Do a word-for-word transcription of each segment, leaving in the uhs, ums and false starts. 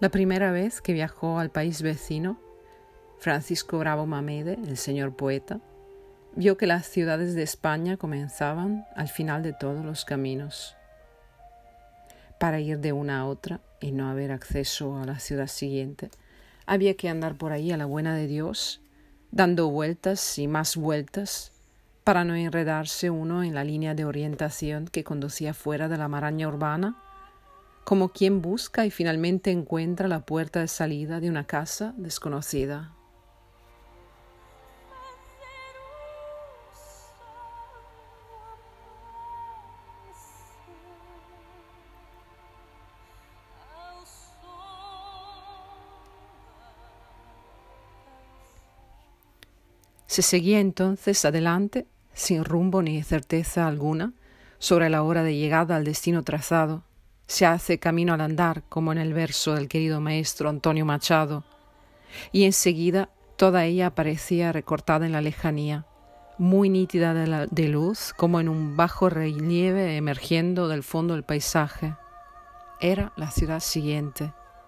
La primera vez que viajó al país vecino, Francisco Bravo Mamede, el señor poeta, vio que las ciudades de España comenzaban al final de todos los caminos. Para ir de una a otra y no haber acceso a la ciudad siguiente, había que andar por ahí a la buena de Dios, dando vueltas y más vueltas, para no enredarse uno en la línea de orientación que conducía fuera de la maraña urbana, como quien busca y finalmente encuentra la puerta de salida de una casa desconocida. Se seguía entonces adelante, sin rumbo ni certeza alguna, sobre la hora de llegada al destino trazado. Se hace camino al andar, como en el verso del querido maestro Antonio Machado, y enseguida toda ella aparecía recortada en la lejanía, muy nítida de, la, de luz, como en un bajo relieve emergiendo del fondo del paisaje. Era la ciudad siguiente.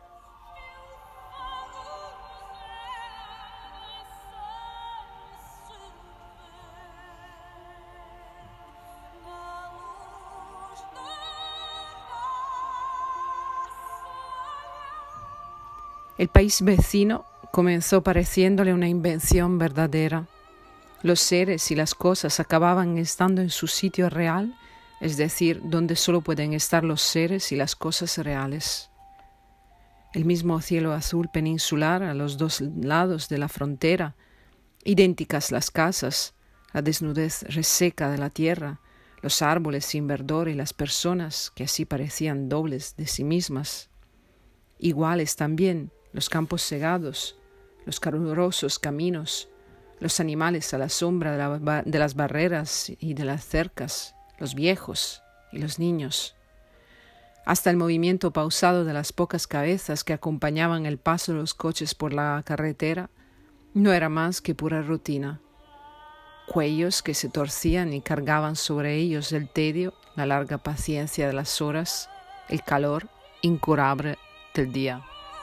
El país vecino comenzó pareciéndole una invención verdadera. Los seres y las cosas acababan estando en su sitio real, es decir, donde solo pueden estar los seres y las cosas reales. El mismo cielo azul peninsular a los dos lados de la frontera, idénticas las casas, la desnudez reseca de la tierra, los árboles sin verdor y las personas que así parecían dobles de sí mismas. Iguales también los campos segados, los calurosos caminos, los animales a la sombra de, la, de las barreras y de las cercas, los viejos y los niños. Hasta el movimiento pausado de las pocas cabezas que acompañaban el paso de los coches por la carretera no era más que pura rutina. Cuellos que se torcían y cargaban sobre ellos el tedio, la larga paciencia de las horas, el calor incurable del día.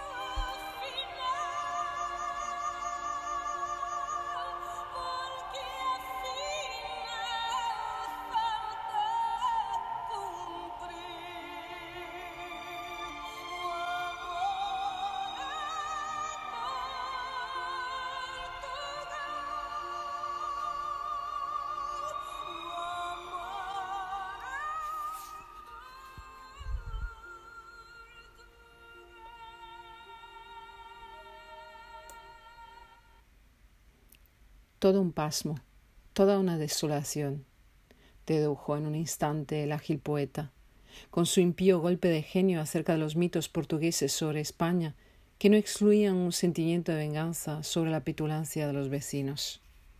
Todo un pasmo, toda una desolación, dedujo en un instante el ágil poeta, con su impío golpe de genio acerca de los mitos portugueses sobre España, que no excluían un sentimiento de venganza sobre la petulancia de los vecinos.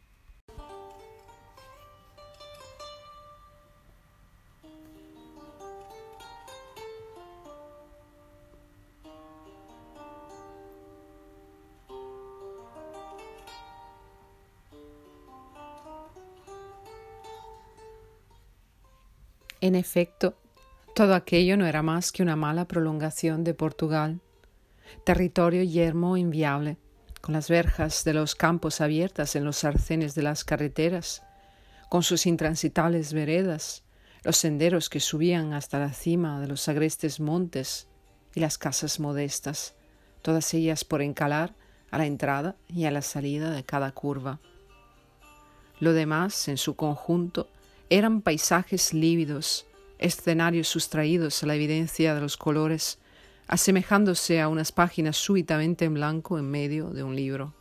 En efecto, todo aquello no era más que una mala prolongación de Portugal, territorio yermo e inviable, con las verjas de los campos abiertas en los arcenes de las carreteras, con sus intransitables veredas, los senderos que subían hasta la cima de los agrestes montes y las casas modestas, todas ellas por encalar a la entrada y a la salida de cada curva. Lo demás, en su conjunto, eran paisajes lívidos, escenarios sustraídos a la evidencia de los colores, asemejándose a unas páginas súbitamente en blanco en medio de un libro.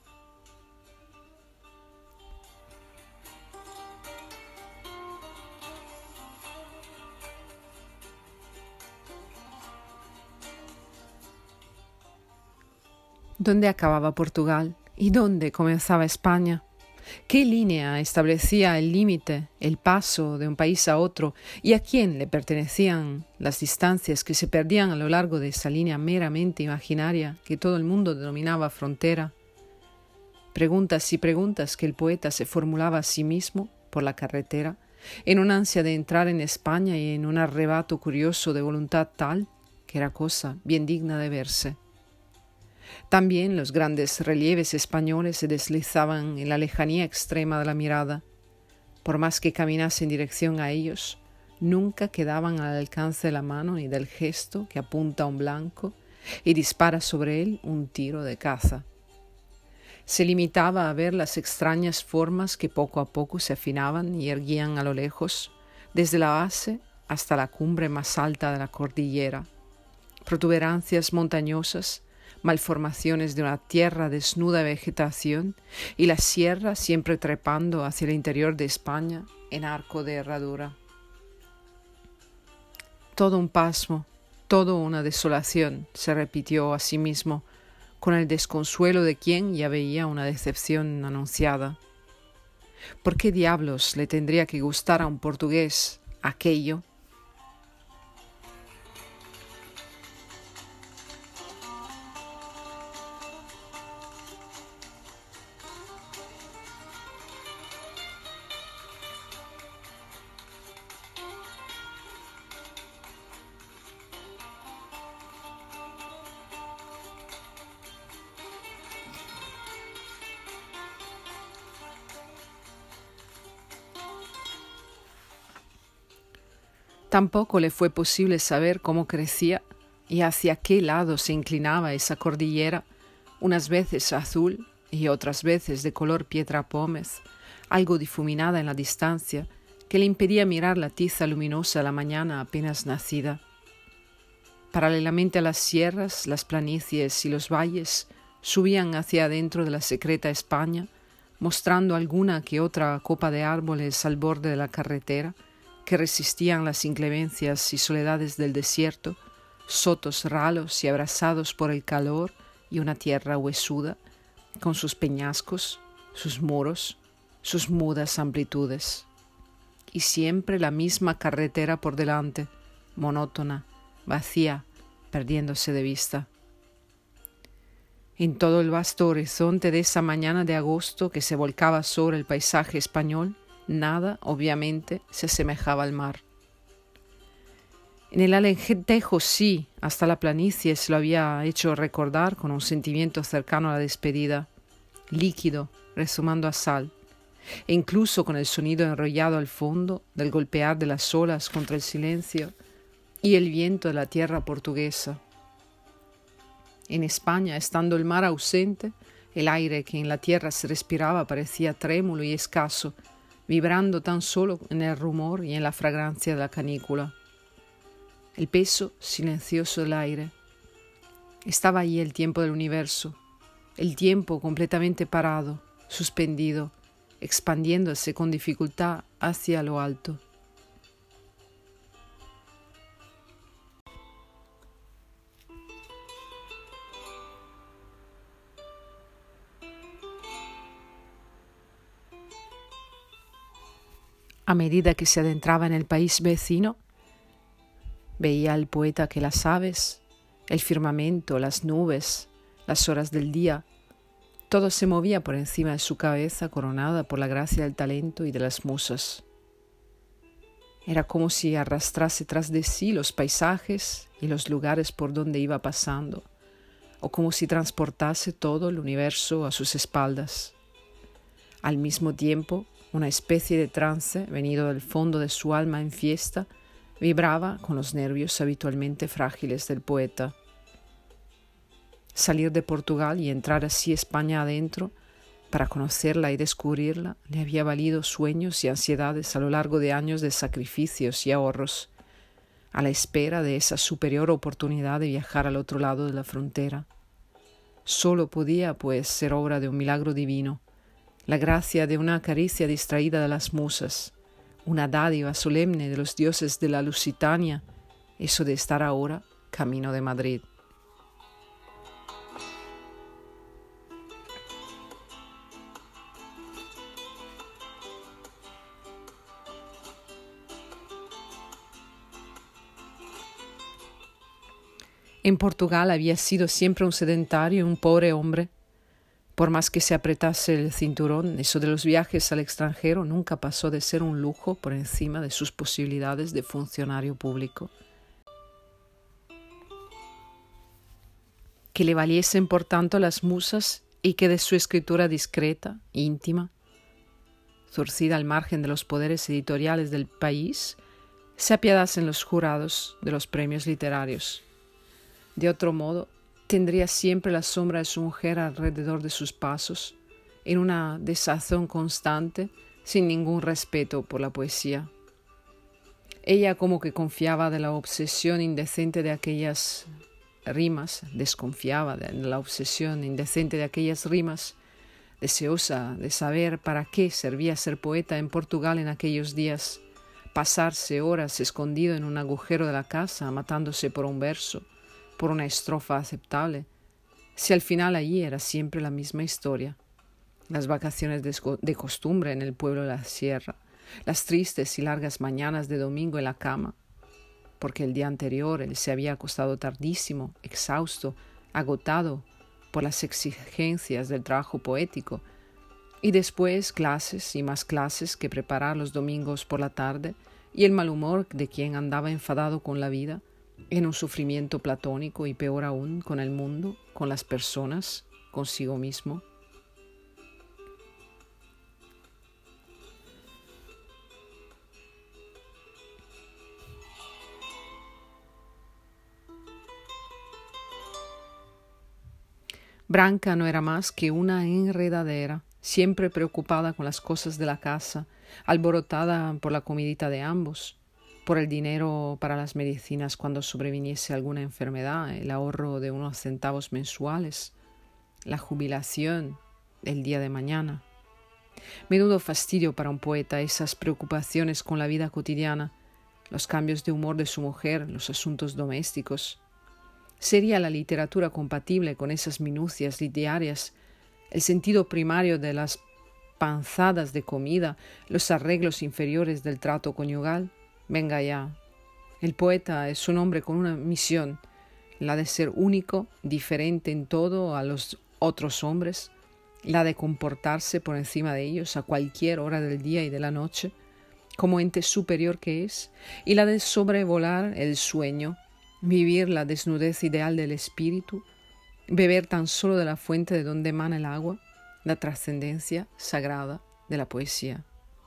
¿Dónde acababa Portugal y dónde comenzaba España? ¿Qué línea establecía el límite, el paso de un país a otro, y a quién le pertenecían las distancias que se perdían a lo largo de esa línea meramente imaginaria que todo el mundo denominaba frontera? Preguntas y preguntas que el poeta se formulaba a sí mismo por la carretera, en una ansia de entrar en España y en un arrebato curioso de voluntad tal que era cosa bien digna de verse. También los grandes relieves españoles se deslizaban en la lejanía extrema de la mirada. Por más que caminase en dirección a ellos, nunca quedaban al alcance de la mano ni del gesto que apunta a un blanco y dispara sobre él un tiro de caza. Se limitaba a ver las extrañas formas que poco a poco se afinaban y erguían a lo lejos, desde la base hasta la cumbre más alta de la cordillera. Protuberancias montañosas, malformaciones de una tierra desnuda de vegetación y la sierra siempre trepando hacia el interior de España en arco de herradura. Todo un pasmo, todo una desolación, se repitió a sí mismo, con el desconsuelo de quien ya veía una decepción anunciada. ¿Por qué diablos le tendría que gustar a un portugués aquello? Tampoco le fue posible saber cómo crecía y hacia qué lado se inclinaba esa cordillera, unas veces azul y otras veces de color piedra pómez, algo difuminada en la distancia, que le impedía mirar la tiza luminosa de la mañana apenas nacida. Paralelamente a las sierras, las planicies y los valles subían hacia adentro de la secreta España, mostrando alguna que otra copa de árboles al borde de la carretera, que resistían las inclemencias y soledades del desierto, sotos ralos y abrasados por el calor y una tierra huesuda, con sus peñascos, sus muros, sus mudas amplitudes. Y siempre la misma carretera por delante, monótona, vacía, perdiéndose de vista. En todo el vasto horizonte de esa mañana de agosto que se volcaba sobre el paisaje español, nada, obviamente, se asemejaba al mar. En el alentejo sí, hasta la planicie se lo había hecho recordar con un sentimiento cercano a la despedida, líquido, resumando a sal, e incluso con el sonido enrollado al fondo del golpear de las olas contra el silencio y el viento de la tierra portuguesa. En España, estando el mar ausente, el aire que en la tierra se respiraba parecía trémulo y escaso, vibrando tan solo en el rumor y en la fragancia de la canícula. El peso silencioso del aire. Estaba allí el tiempo del universo, el tiempo completamente parado, suspendido, expandiéndose con dificultad hacia lo alto. A medida que se adentraba en el país vecino, veía al poeta que las aves, el firmamento, las nubes, las horas del día, todo se movía por encima de su cabeza coronada por la gracia del talento y de las musas. Era como si arrastrase tras de sí los paisajes y los lugares por donde iba pasando, o como si transportase todo el universo a sus espaldas. Al mismo tiempo, una especie de trance, venido del fondo de su alma en fiesta, vibraba con los nervios habitualmente frágiles del poeta. Salir de Portugal y entrar así España adentro, para conocerla y descubrirla, le había valido sueños y ansiedades a lo largo de años de sacrificios y ahorros, a la espera de esa superior oportunidad de viajar al otro lado de la frontera. Solo podía, pues, ser obra de un milagro divino, la gracia de una caricia distraída de las musas, una dádiva solemne de los dioses de la Lusitania, eso de estar ahora camino de Madrid. En Portugal había sido siempre un sedentario y un pobre hombre. Por más que se apretase el cinturón, eso de los viajes al extranjero nunca pasó de ser un lujo por encima de sus posibilidades de funcionario público. que le valiesen por tanto las musas y que de su escritura discreta, íntima, zurcida al margen de los poderes editoriales del país, se apiadasen los jurados de los premios literarios. De otro modo, tendría siempre la sombra de su mujer alrededor de sus pasos, en una desazón constante, sin ningún respeto por la poesía. Ella como que confiaba de la obsesión indecente de aquellas rimas, desconfiaba de la obsesión indecente de aquellas rimas, deseosa de saber para qué servía ser poeta en Portugal en aquellos días, pasarse horas escondido en un agujero de la casa, matándose por un verso, por una estrofa aceptable, si al final allí era siempre la misma historia. Las vacaciones de, de costumbre en el pueblo de la sierra, las tristes y largas mañanas de domingo en la cama, porque el día anterior él se había acostado tardísimo, exhausto, agotado por las exigencias del trabajo poético, y después clases y más clases que preparar los domingos por la tarde, y el mal humor de quien andaba enfadado con la vida, en un sufrimiento platónico y peor aún con el mundo, con las personas, consigo mismo. Branca no era más que una enredadera, siempre preocupada con las cosas de la casa, alborotada por la comidita de ambos, por el dinero para las medicinas cuando sobreviniese alguna enfermedad, el ahorro de unos centavos mensuales, la jubilación el día de mañana. Menudo fastidio para un poeta esas preocupaciones con la vida cotidiana, los cambios de humor de su mujer, los asuntos domésticos. ¿Sería la literatura compatible con esas minucias diarias, el sentido primario de las panzadas de comida, los arreglos inferiores del trato conyugal? Venga ya. El poeta es un hombre con una misión, la de ser único, diferente en todo a los otros hombres, la de comportarse por encima de ellos a cualquier hora del día y de la noche, como ente superior que es, y la de sobrevolar el sueño, vivir la desnudez ideal del espíritu, beber tan solo de la fuente de donde emana el agua, la trascendencia sagrada de la poesía.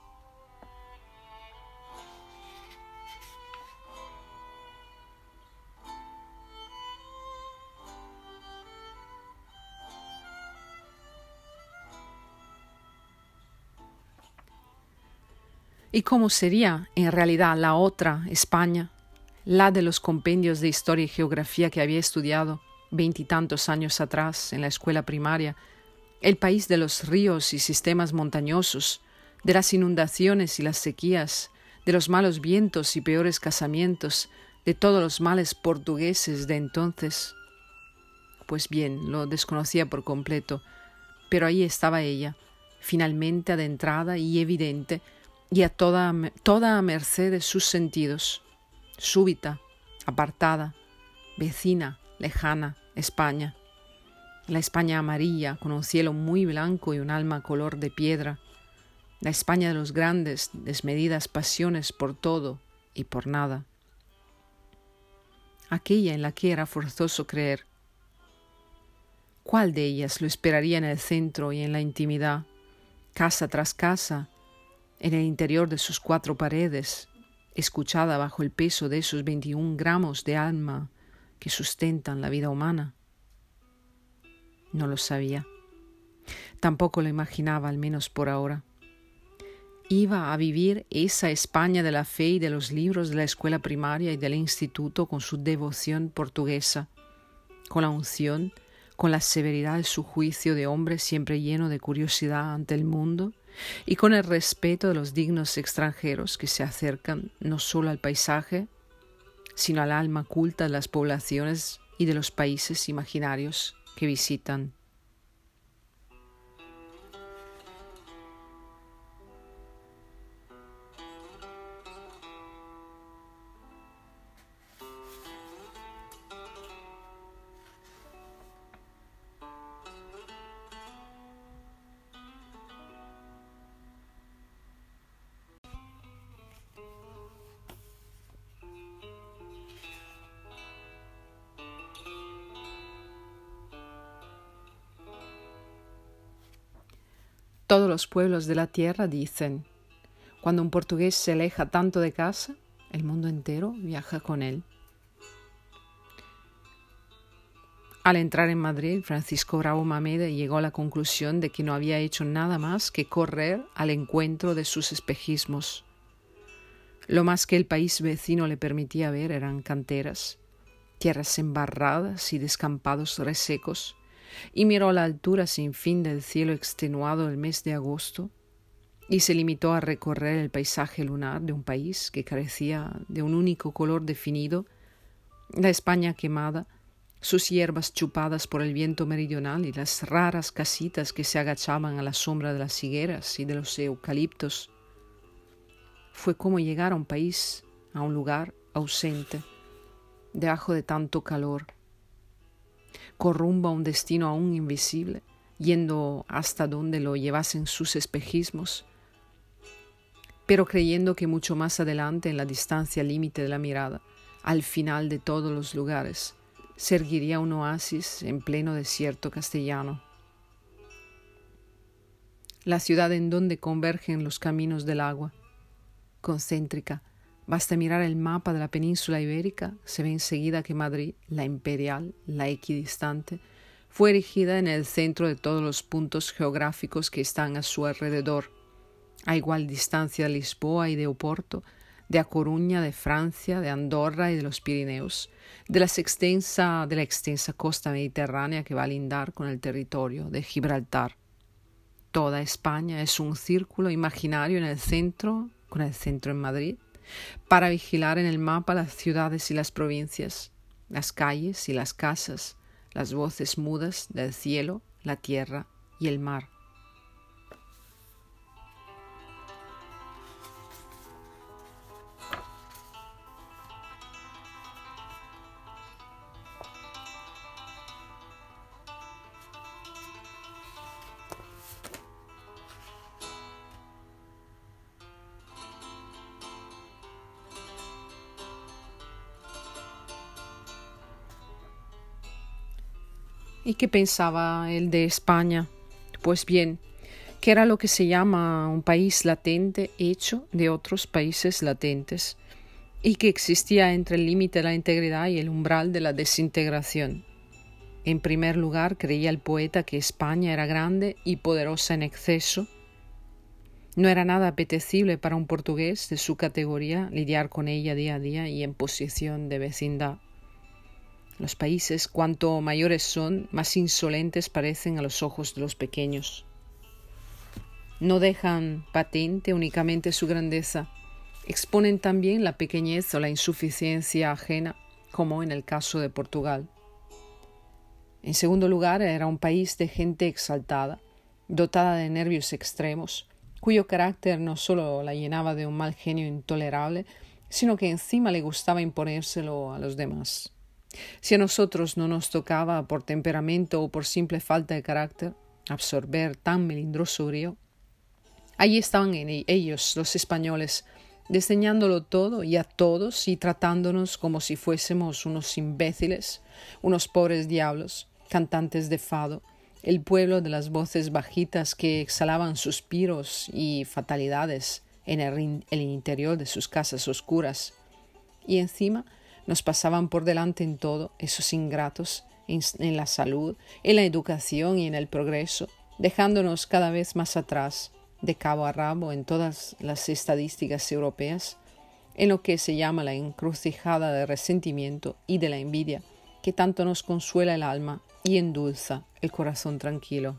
¿Y cómo sería en realidad la otra España, la de los compendios de historia y geografía que había estudiado veintitantos años atrás en la escuela primaria, el país de los ríos y sistemas montañosos, de las inundaciones y las sequías, de los malos vientos y peores casamientos, de todos los males portugueses de entonces? Pues bien, lo desconocía por completo, pero ahí estaba ella, finalmente adentrada y evidente, y a toda, toda a merced de sus sentidos, súbita, apartada, vecina, lejana, España. La España amarilla, con un cielo muy blanco y un alma color de piedra. La España de los grandes, desmedidas pasiones por todo y por nada. Aquella en la que era forzoso creer. ¿Cuál de ellas lo esperaría en el centro y en la intimidad, casa tras casa, en el interior de sus cuatro paredes, escuchada bajo el peso de esos veintiún gramos de alma que sustentan la vida humana? No lo sabía. Tampoco lo imaginaba, al menos por ahora. Iba a vivir esa España de la fe y de los libros de la escuela primaria y del instituto con su devoción portuguesa, con la unción, con la severidad de su juicio de hombre siempre lleno de curiosidad ante el mundo, y con el respeto de los dignos extranjeros que se acercan no solo al paisaje, sino al alma culta de las poblaciones y de los países imaginarios que visitan. Todos los pueblos de la tierra dicen, cuando un portugués se aleja tanto de casa, el mundo entero viaja con él. Al entrar en Madrid, Francisco Bravo Mamede llegó a la conclusión de que no había hecho nada más que correr al encuentro de sus espejismos. Lo más que el país vecino le permitía ver eran canteras, tierras embarradas y descampados resecos, y miró a la altura sin fin del cielo extenuado del mes de agosto, y se limitó a recorrer el paisaje lunar de un país que carecía de un único color definido, la España quemada, sus hierbas chupadas por el viento meridional y las raras casitas que se agachaban a la sombra de las higueras y de los eucaliptos. Fue como llegar a un país, a un lugar ausente, debajo de tanto calor, con rumbo a un destino aún invisible, yendo hasta donde lo llevasen sus espejismos, pero creyendo que mucho más adelante, en la distancia límite de la mirada, al final de todos los lugares, se erguiría un oasis en pleno desierto castellano. La ciudad en donde convergen los caminos del agua, concéntrica, basta mirar el mapa de la península ibérica, se ve enseguida que Madrid, la imperial, la equidistante, fue erigida en el centro de todos los puntos geográficos que están a su alrededor, a igual distancia de Lisboa y de Oporto, de A Coruña, de Francia, de Andorra y de los Pirineos, de, las extensa, de la extensa costa mediterránea que va a lindar con el territorio de Gibraltar. Toda España es un círculo imaginario en el centro, con el centro en Madrid, para vigilar en el mapa las ciudades y las provincias, las calles y las casas, las voces mudas del cielo, la tierra y el mar. ¿Y qué pensaba él de España? Pues bien, que era lo que se llama un país latente hecho de otros países latentes, y que existía entre el límite de la integridad y el umbral de la desintegración. En primer lugar, creía el poeta que España era grande y poderosa en exceso. No era nada apetecible para un portugués de su categoría lidiar con ella día a día y en posición de vecindad. Los países, cuanto mayores son, más insolentes parecen a los ojos de los pequeños. No dejan patente únicamente su grandeza, exponen también la pequeñez o la insuficiencia ajena, como en el caso de Portugal. En segundo lugar, era un país de gente exaltada, dotada de nervios extremos, cuyo carácter no solo la llenaba de un mal genio intolerable, sino que encima le gustaba imponérselo a los demás. Si a nosotros no nos tocaba, por temperamento o por simple falta de carácter, absorber tan melindroso brío, allí estaban ellos, los españoles, desdeñándolo todo y a todos y tratándonos como si fuésemos unos imbéciles, unos pobres diablos, cantantes de fado, el pueblo de las voces bajitas que exhalaban suspiros y fatalidades en el, el interior de sus casas oscuras. Y encima nos pasaban por delante en todo esos ingratos, en, en la salud, en la educación y en el progreso, dejándonos cada vez más atrás, de cabo a rabo en todas las estadísticas europeas, en lo que se llama la encrucijada del resentimiento y de la envidia, que tanto nos consuela el alma y endulza el corazón tranquilo.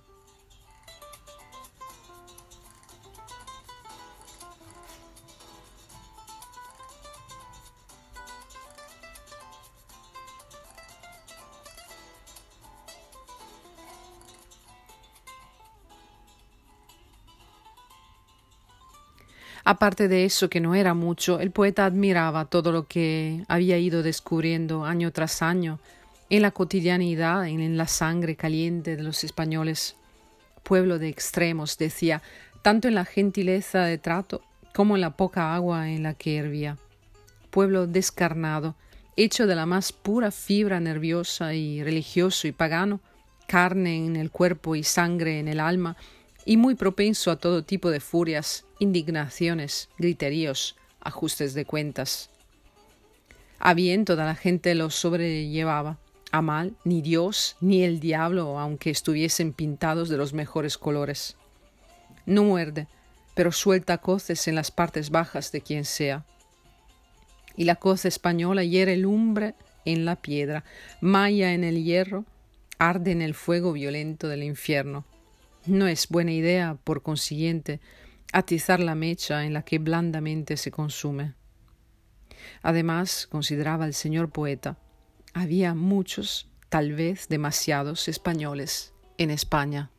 Aparte de eso, que no era mucho, el poeta admiraba todo lo que había ido descubriendo año tras año en la cotidianidad, en la sangre caliente de los españoles. Pueblo de extremos, decía, tanto en la gentileza de trato como en la poca agua en la que hervía. Pueblo descarnado, hecho de la más pura fibra nerviosa y religioso y pagano, carne en el cuerpo y sangre en el alma, y muy propenso a todo tipo de furias, indignaciones, griteríos, ajustes de cuentas. A bien toda la gente lo sobrellevaba, a mal ni Dios ni el diablo, aunque estuviesen pintados de los mejores colores. No muerde, pero suelta coces en las partes bajas de quien sea. Y la coz española hiere lumbre en la piedra, malla en el hierro, arde en el fuego violento del infierno. No es buena idea, por consiguiente, atizar la mecha en la que blandamente se consume. Además, consideraba el señor poeta, había muchos, tal vez demasiados españoles en España.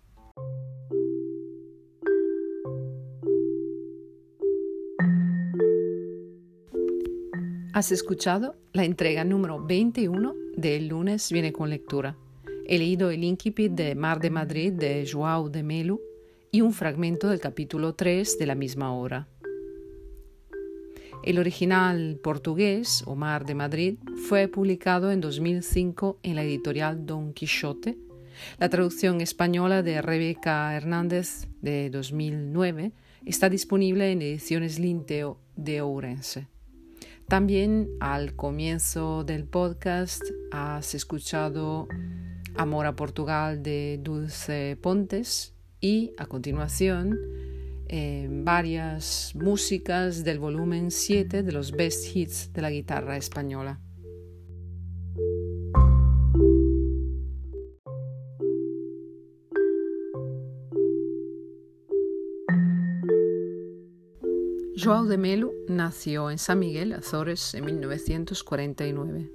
Has escuchado la entrega número veintiuno de El lunes viene con lectura. He leído el incipit de Mar de Madrid de João de Melo y un fragmento del capítulo tres de la misma obra. El original portugués, O Mar de Madrid, fue publicado en dos mil cinco en la editorial Don Quijote. La traducción española de Rebeca Hernández de dos mil nueve está disponible en Ediciones Linteo de Ourense. También al comienzo del podcast has escuchado Amor a Portugal de Dulce Pontes y a continuación eh, varias músicas del volumen siete de los Best Hits de la guitarra española. João de Melo nació en San Miguel, Azores, en mil novecientos cuarenta y nueve.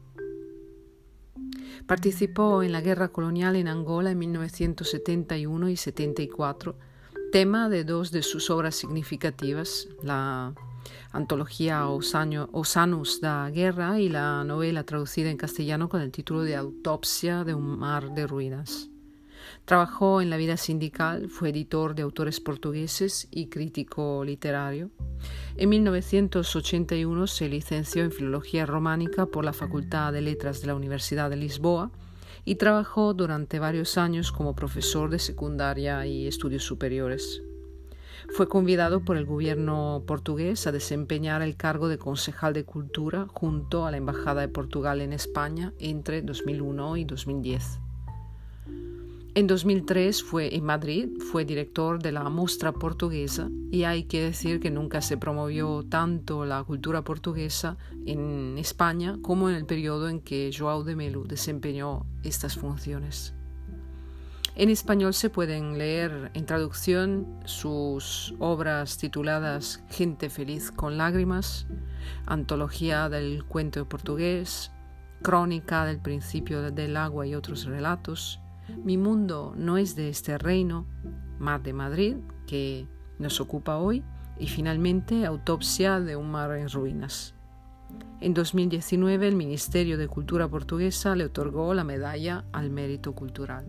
Participó en la guerra colonial en Angola en mil novecientos setenta y uno y setenta y cuatro, tema de dos de sus obras significativas, la antología Osanos da Guerra y la novela traducida en castellano con el título de Autopsia de un mar de ruinas. Trabajó en la vida sindical, fue editor de autores portugueses y crítico literario. En mil novecientos ochenta y uno se licenció en Filología Románica por la Facultad de Letras de la Universidad de Lisboa y trabajó durante varios años como profesor de secundaria y estudios superiores. Fue convidado por el gobierno portugués a desempeñar el cargo de concejal de Cultura junto a la Embajada de Portugal en España entre dos mil uno y dos mil diez. En dos mil tres fue en Madrid, fue director de la Mostra Portuguesa y hay que decir que nunca se promovió tanto la cultura portuguesa en España como en el periodo en que João de Melo desempeñó estas funciones. En español se pueden leer en traducción sus obras tituladas Gente feliz con lágrimas, Antología del cuento portugués, Crónica del principio del agua y otros relatos, Mi mundo no es de este reino, Mar de Madrid, que nos ocupa hoy, y finalmente Autopsia de un mar en ruinas. En dos mil diecinueve el Ministerio de Cultura portuguesa le otorgó la medalla al mérito cultural.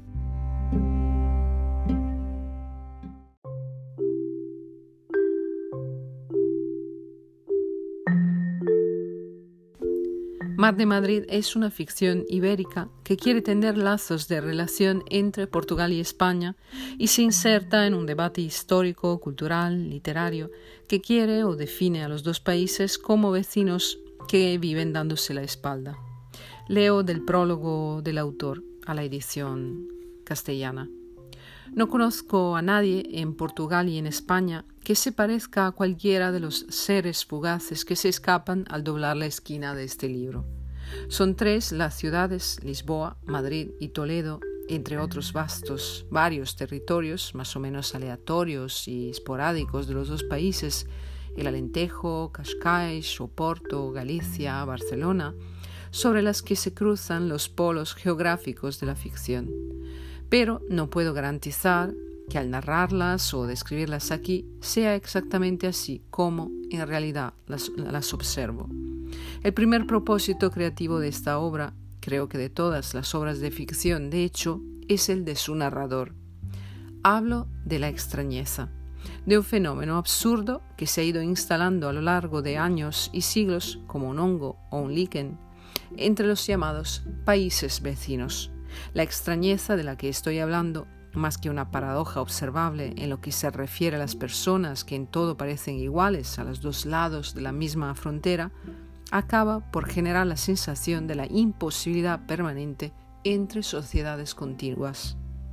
Mar de Madrid es una ficción ibérica que quiere tender lazos de relación entre Portugal y España y se inserta en un debate histórico, cultural, literario, que quiere o define a los dos países como vecinos que viven dándose la espalda. Leo del prólogo del autor a la edición castellana. No conozco a nadie en Portugal y en España que se parezca a cualquiera de los seres fugaces que se escapan al doblar la esquina de este libro. Son tres las ciudades, Lisboa, Madrid y Toledo, entre otros vastos, varios territorios más o menos aleatorios y esporádicos de los dos países, el Alentejo, Cascais, Oporto, Galicia, Barcelona, sobre las que se cruzan los polos geográficos de la ficción. Pero no puedo garantizar que al narrarlas o describirlas aquí sea exactamente así como en realidad las, las observo. El primer propósito creativo de esta obra, creo que de todas las obras de ficción de hecho, es el de su narrador. Hablo de la extrañeza, de un fenómeno absurdo que se ha ido instalando a lo largo de años y siglos como un hongo o un líquen entre los llamados países vecinos. La extrañeza de la que estoy hablando más que una paradoja observable en lo que se refiere a las personas que en todo parecen iguales a los dos lados de la misma frontera, acaba por generar la sensación de la imposibilidad permanente entre sociedades contiguas.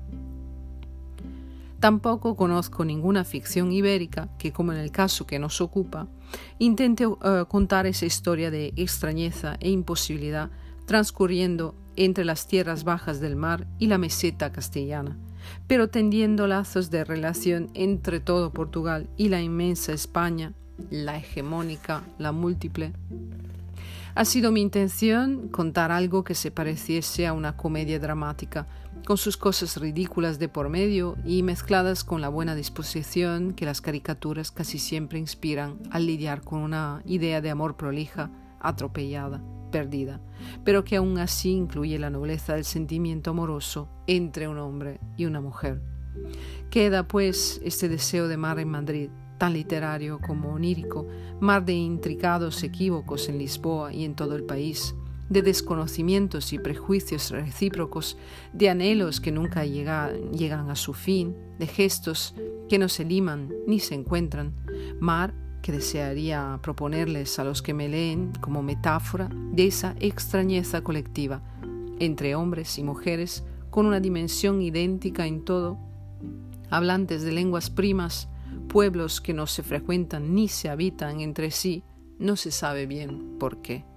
Tampoco conozco ninguna ficción ibérica que, como en el caso que nos ocupa, intente uh, contar esa historia de extrañeza e imposibilidad transcurriendo entre las tierras bajas del mar y la meseta castellana, pero tendiendo lazos de relación entre todo Portugal y la inmensa España, la hegemónica, la múltiple. Ha sido mi intención contar algo que se pareciese a una comedia dramática, con sus cosas ridículas de por medio y mezcladas con la buena disposición que las caricaturas casi siempre inspiran al lidiar con una idea de amor prolija, atropellada, perdida, pero que aún así incluye la nobleza del sentimiento amoroso entre un hombre y una mujer. Queda, pues, este deseo de mar en Madrid, tan literario como onírico, mar de intricados equívocos en Lisboa y en todo el país, de desconocimientos y prejuicios recíprocos, de anhelos que nunca llega, llegan a su fin, de gestos que no se liman ni se encuentran, mar que desearía proponerles a los que me leen como metáfora de esa extrañeza colectiva entre hombres y mujeres con una dimensión idéntica en todo, hablantes de lenguas primas, pueblos que no se frecuentan ni se habitan entre sí, no se sabe bien por qué.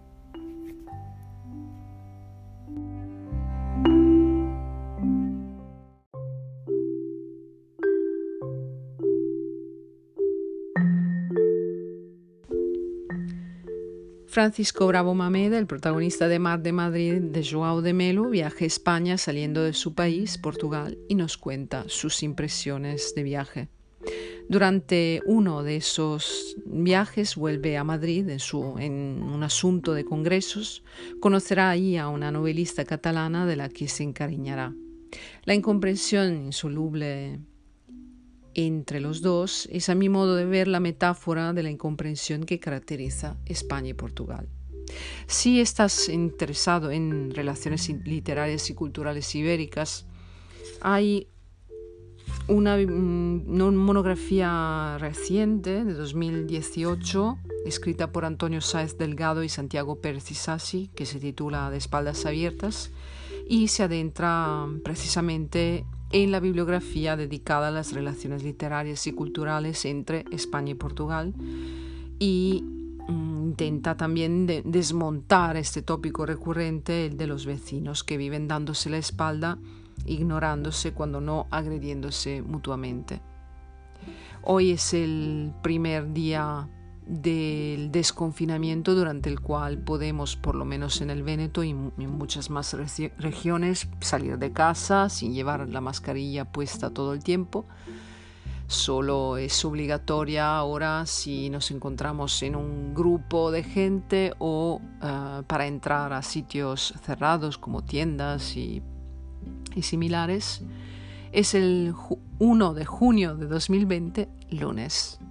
Francisco Bravo Mameda, el protagonista de Mar de Madrid de João de Melo, viaja a España saliendo de su país, Portugal, y nos cuenta sus impresiones de viaje. Durante uno de esos viajes vuelve a Madrid en, su, en un asunto de congresos. Conocerá ahí a una novelista catalana de la que se encariñará. La incomprensión insoluble entre los dos es, a mi modo de ver, la metáfora de la incomprensión que caracteriza España y Portugal. Si estás interesado en relaciones literarias y culturales ibéricas, hay una, una monografía reciente de dos mil dieciocho escrita por Antonio Sáez Delgado y Santiago Pérez Isasi, que se titula De espaldas abiertas y se adentra precisamente en la bibliografía dedicada a las relaciones literarias y culturales entre España y Portugal, y mm, intenta también de, desmontar este tópico recurrente, el de los vecinos que viven dándose la espalda, ignorándose cuando no agrediéndose mutuamente. Hoy es el primer día del desconfinamiento, durante el cual podemos, por lo menos en el Véneto y en muchas más regi- regiones, salir de casa sin llevar la mascarilla puesta todo el tiempo. Solo es obligatoria ahora si nos encontramos en un grupo de gente o uh, para entrar a sitios cerrados como tiendas y, y similares. Es el ju- primero de junio de dos mil veinte, lunes.